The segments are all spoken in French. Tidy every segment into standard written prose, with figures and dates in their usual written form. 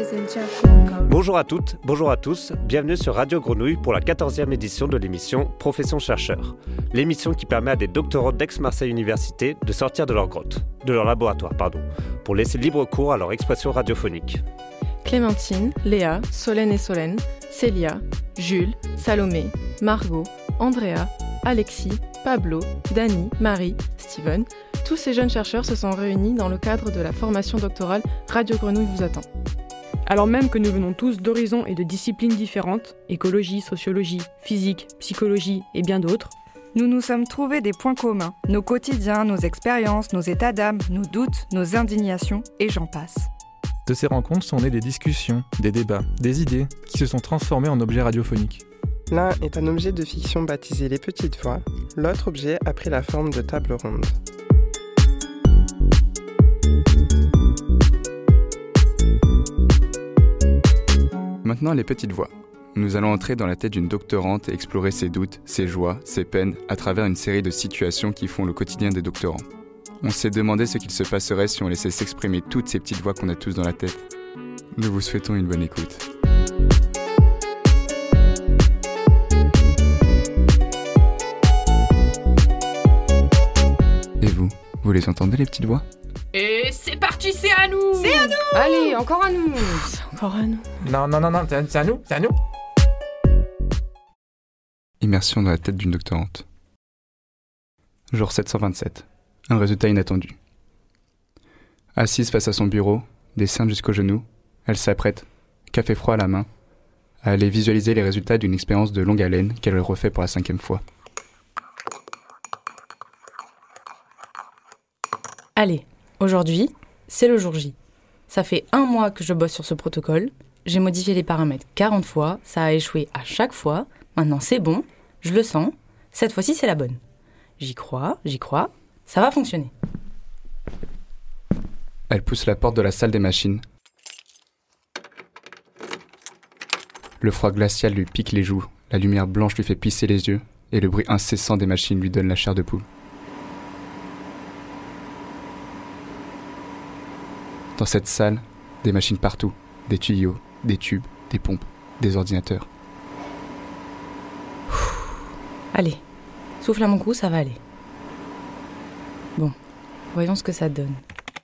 Bonjour à toutes, bonjour à tous, bienvenue sur Radio Grenouille pour la 14e édition de l'émission Profession chercheur. L'émission qui permet à des doctorants d'Aix-Marseille Université de sortir de leur grotte, de leur laboratoire, pour laisser libre cours à leur expression radiophonique. Clémentine, Léa, Solène et Solène, Célia, Jules, Salomé, Margot, Andrea, Alexis, Pablo, Dany, Marie, Steven, tous ces jeunes chercheurs se sont réunis dans le cadre de la formation doctorale Radio Grenouille vous attend. Alors même que nous venons tous d'horizons et de disciplines différentes, écologie, sociologie, physique, psychologie et bien d'autres, nous nous sommes trouvés des points communs, nos quotidiens, nos expériences, nos états d'âme, nos doutes, nos indignations et j'en passe. De ces rencontres sont nées des discussions, des débats, des idées qui se sont transformées en objets radiophoniques. L'un est un objet de fiction baptisé Les Petites Voix, l'autre objet a pris la forme de table ronde. Maintenant, les petites voix. Nous allons entrer dans la tête d'une doctorante et explorer ses doutes, ses joies, ses peines, à travers une série de situations qui font le quotidien des doctorants. On s'est demandé ce qu'il se passerait si on laissait s'exprimer toutes ces petites voix qu'on a tous dans la tête. Nous vous souhaitons une bonne écoute. Et vous les entendez les petites voix ? Et c'est parti, c'est à nous! C'est à nous! Allez, encore à nous! C'est encore à nous. Non, c'est à nous, c'est à nous. Immersion dans la tête d'une doctorante. Jour 727. Un résultat inattendu. Assise face à son bureau, des cernes jusqu'aux genoux, elle s'apprête, café froid à la main, à aller visualiser les résultats d'une expérience de longue haleine qu'elle refait pour la 5e fois. Allez, aujourd'hui, c'est le jour J. Ça fait 1 mois que je bosse sur ce protocole. J'ai modifié les paramètres 40 fois, ça a échoué à chaque fois. Maintenant c'est bon, je le sens. Cette fois-ci c'est la bonne. J'y crois, ça va fonctionner. Elle pousse la porte de la salle des machines. Le froid glacial lui pique les joues, la lumière blanche lui fait plisser les yeux, et le bruit incessant des machines lui donne la chair de poule. Dans cette salle, des machines partout, des tuyaux, des tubes, des pompes, des ordinateurs. Allez, souffle à mon cou, ça va aller. Bon, voyons ce que ça donne.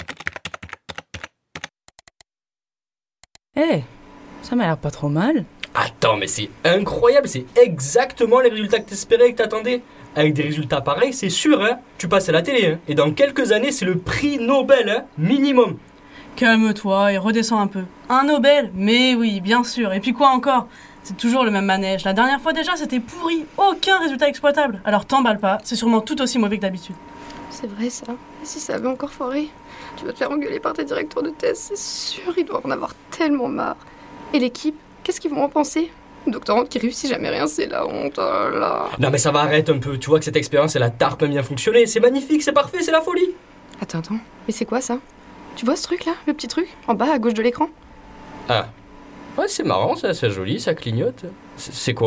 Ça m'a l'air pas trop mal. Attends, mais c'est incroyable, c'est exactement les résultats que t'espérais et que t'attendais. Avec des résultats pareils, c'est sûr, hein. Tu passes à la télé, hein. Et dans quelques années, c'est le prix Nobel, hein, minimum. Calme-toi et redescends un peu. Un Nobel ? Mais oui, bien sûr. Et puis quoi encore ? C'est toujours le même manège. La dernière fois déjà, c'était pourri. Aucun résultat exploitable. Alors t'emballe pas, c'est sûrement tout aussi mauvais que d'habitude. C'est vrai ça. Et si ça avait encore foiré ? Tu vas te faire engueuler par tes directeurs de thèse, c'est sûr, ils doivent en avoir tellement marre. Et l'équipe, qu'est-ce qu'ils vont en penser ? Une doctorante qui réussit jamais rien, c'est la honte, oh là. Non mais ça va, arrête un peu. Tu vois que cette expérience, elle a tarpe bien fonctionné. C'est magnifique, c'est parfait, c'est la folie. Attends. Mais c'est quoi ça ? Tu vois ce truc là, le petit truc, en bas à gauche de l'écran ? Ah. Ouais, c'est marrant, ça, c'est joli, ça clignote. C'est quoi ?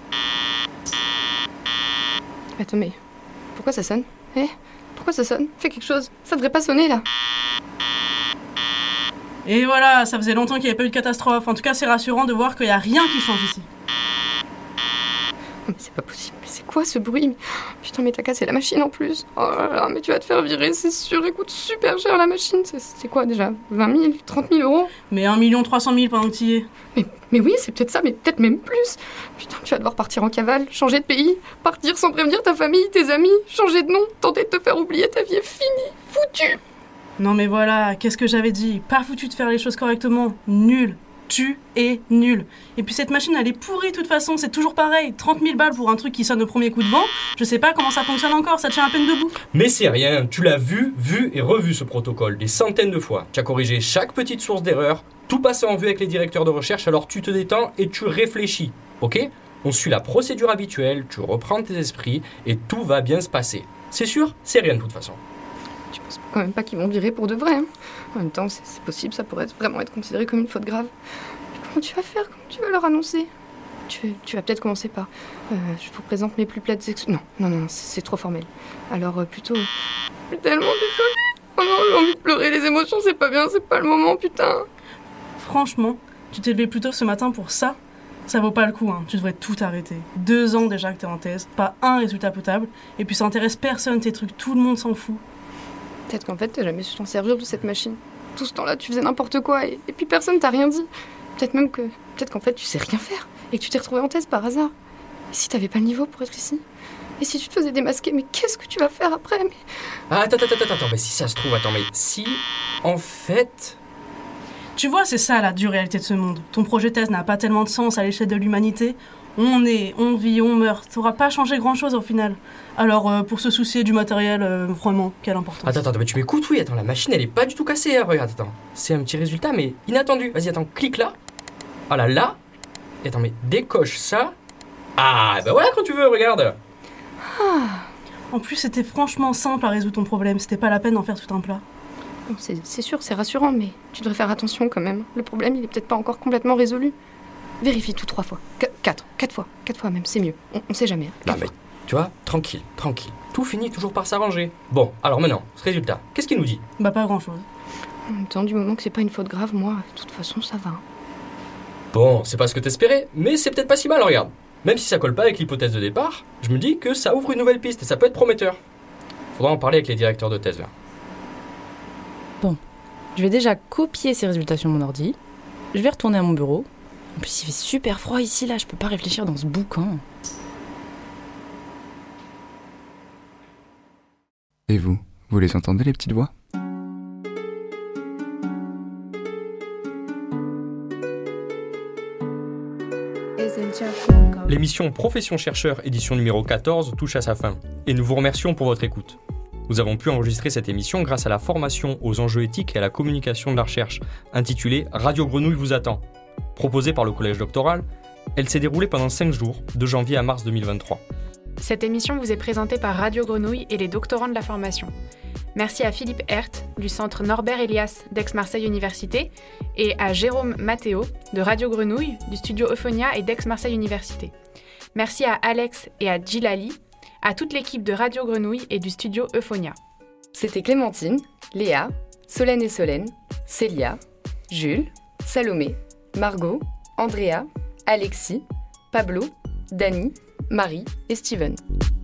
Attends, mais pourquoi ça sonne ? Pourquoi ça sonne ? Fais quelque chose, ça devrait pas sonner là. Et voilà, ça faisait longtemps qu'il n'y avait pas eu de catastrophe. En tout cas, c'est rassurant de voir qu'il n'y a rien qui change ici. Mais c'est pas possible, mais c'est quoi ce bruit ? Putain, mais t'as cassé la machine en plus. Oh là là, mais tu vas te faire virer, c'est sûr, elle coûte super cher la machine. C'est quoi déjà ? 20 000, 30 000 euros ? Mais 1 300 000 pendant que t'y es. Mais oui, c'est peut-être ça, mais peut-être même plus. Putain, tu vas devoir partir en cavale, changer de pays, partir sans prévenir ta famille, tes amis, changer de nom, tenter de te faire oublier, ta vie est finie, foutue. Non mais voilà, qu'est-ce que j'avais dit ? Pas foutu de faire les choses correctement, nul. Tu es nul. Et puis cette machine, elle est pourrie de toute façon, c'est toujours pareil. 30 000 balles pour un truc qui sonne au premier coup de vent, je sais pas comment ça fonctionne encore, ça tient à peine debout. Mais c'est rien, tu l'as vu et revu ce protocole, des centaines de fois. Tu as corrigé chaque petite source d'erreur, tout passé en vue avec les directeurs de recherche, alors tu te détends et tu réfléchis, ok ? On suit la procédure habituelle, tu reprends tes esprits et tout va bien se passer. C'est sûr, c'est rien de toute façon. Tu penses quand même pas qu'ils vont virer pour de vrai, hein ? En même temps, c'est possible, ça pourrait vraiment être considéré comme une faute grave. Mais comment tu vas faire ? Comment tu vas leur annoncer ? Tu vas peut-être commencer par je vous présente mes plus plates excuses. Non, c'est trop formel. Alors plutôt je suis tellement désolée. Oh non, j'ai envie de pleurer, les émotions c'est pas bien, c'est pas le moment, putain. franchement, tu t'es levé plus tôt ce matin pour ça ? Ça vaut pas le coup, hein. Tu devrais tout arrêter. 2 ans déjà que t'es en thèse, pas un résultat potable, et puis ça intéresse personne tes trucs, tout le monde s'en fout. Peut-être qu'en fait, t'as jamais su t'en servir de cette machine. Tout ce temps-là, tu faisais n'importe quoi, et puis personne t'a rien dit. Peut-être qu'en fait, tu sais rien faire, et que tu t'es retrouvé en thèse par hasard. Et si t'avais pas le niveau pour être ici ? Et si tu te faisais démasquer, mais qu'est-ce que tu vas faire après ? Attends, mais si ça se trouve, mais si, en fait... Tu vois, c'est ça la dure réalité de ce monde. Ton projet thèse n'a pas tellement de sens à l'échelle de l'humanité. On est, on vit, on meurt. T'auras pas changé grand-chose au final. Alors, pour se soucier du matériel, vraiment, quelle importance. Attends, mais tu m'écoutes, oui, attends, la machine, elle est pas du tout cassée, hein, regarde, attends. C'est un petit résultat, mais inattendu. Vas-y, attends, clique là. Voilà, là. Et attends, mais décoche ça. Ah, bah voilà, quand tu veux, regarde. En plus, c'était franchement simple à résoudre ton problème. C'était pas la peine d'en faire tout un plat. Bon, c'est sûr, c'est rassurant, mais tu devrais faire attention quand même. Le problème, il est peut-être pas encore complètement résolu. Vérifie tout 3 fois. 4 fois même, c'est mieux. On sait jamais. Non mais, tu vois, tranquille. Tout finit toujours par s'arranger. Bon, alors maintenant, ce résultat, qu'est-ce qu'il nous dit ? Bah pas grand-chose. En même temps, du moment que c'est pas une faute grave, moi, de toute façon, ça va. Bon, c'est pas ce que t'espérais, mais c'est peut-être pas si mal, regarde. Même si ça colle pas avec l'hypothèse de départ, je me dis que ça ouvre une nouvelle piste et ça peut être prometteur. Faudra en parler avec les directeurs de thèse, là. Bon, je vais déjà copier ces résultats sur mon ordi. Je vais retourner à mon bureau. En plus, il fait super froid ici, là, je peux pas réfléchir dans ce bouquin. Et vous les entendez, les petites voix ? L'émission Profession chercheur, édition numéro 14, touche à sa fin. Et nous vous remercions pour votre écoute. Nous avons pu enregistrer cette émission grâce à la formation aux enjeux éthiques et à la communication de la recherche, intitulée Radio Grenouille vous attend. Proposée par le collège doctoral, elle s'est déroulée pendant 5 jours, de janvier à mars 2023. Cette émission vous est présentée par Radio Grenouille et les doctorants de la formation. Merci à Philippe Hert du centre Norbert Elias d'Aix-Marseille Université et à Jérôme Matteo de Radio Grenouille du studio Euphonia et d'Aix-Marseille Université. Merci à Alex et à Djilali, à toute l'équipe de Radio Grenouille et du studio Euphonia. C'était Clémentine, Léa, Solène et Solène, Célia, Jules, Salomé, Margot, Andrea, Alexis, Pablo, Dani, Marie et Steven.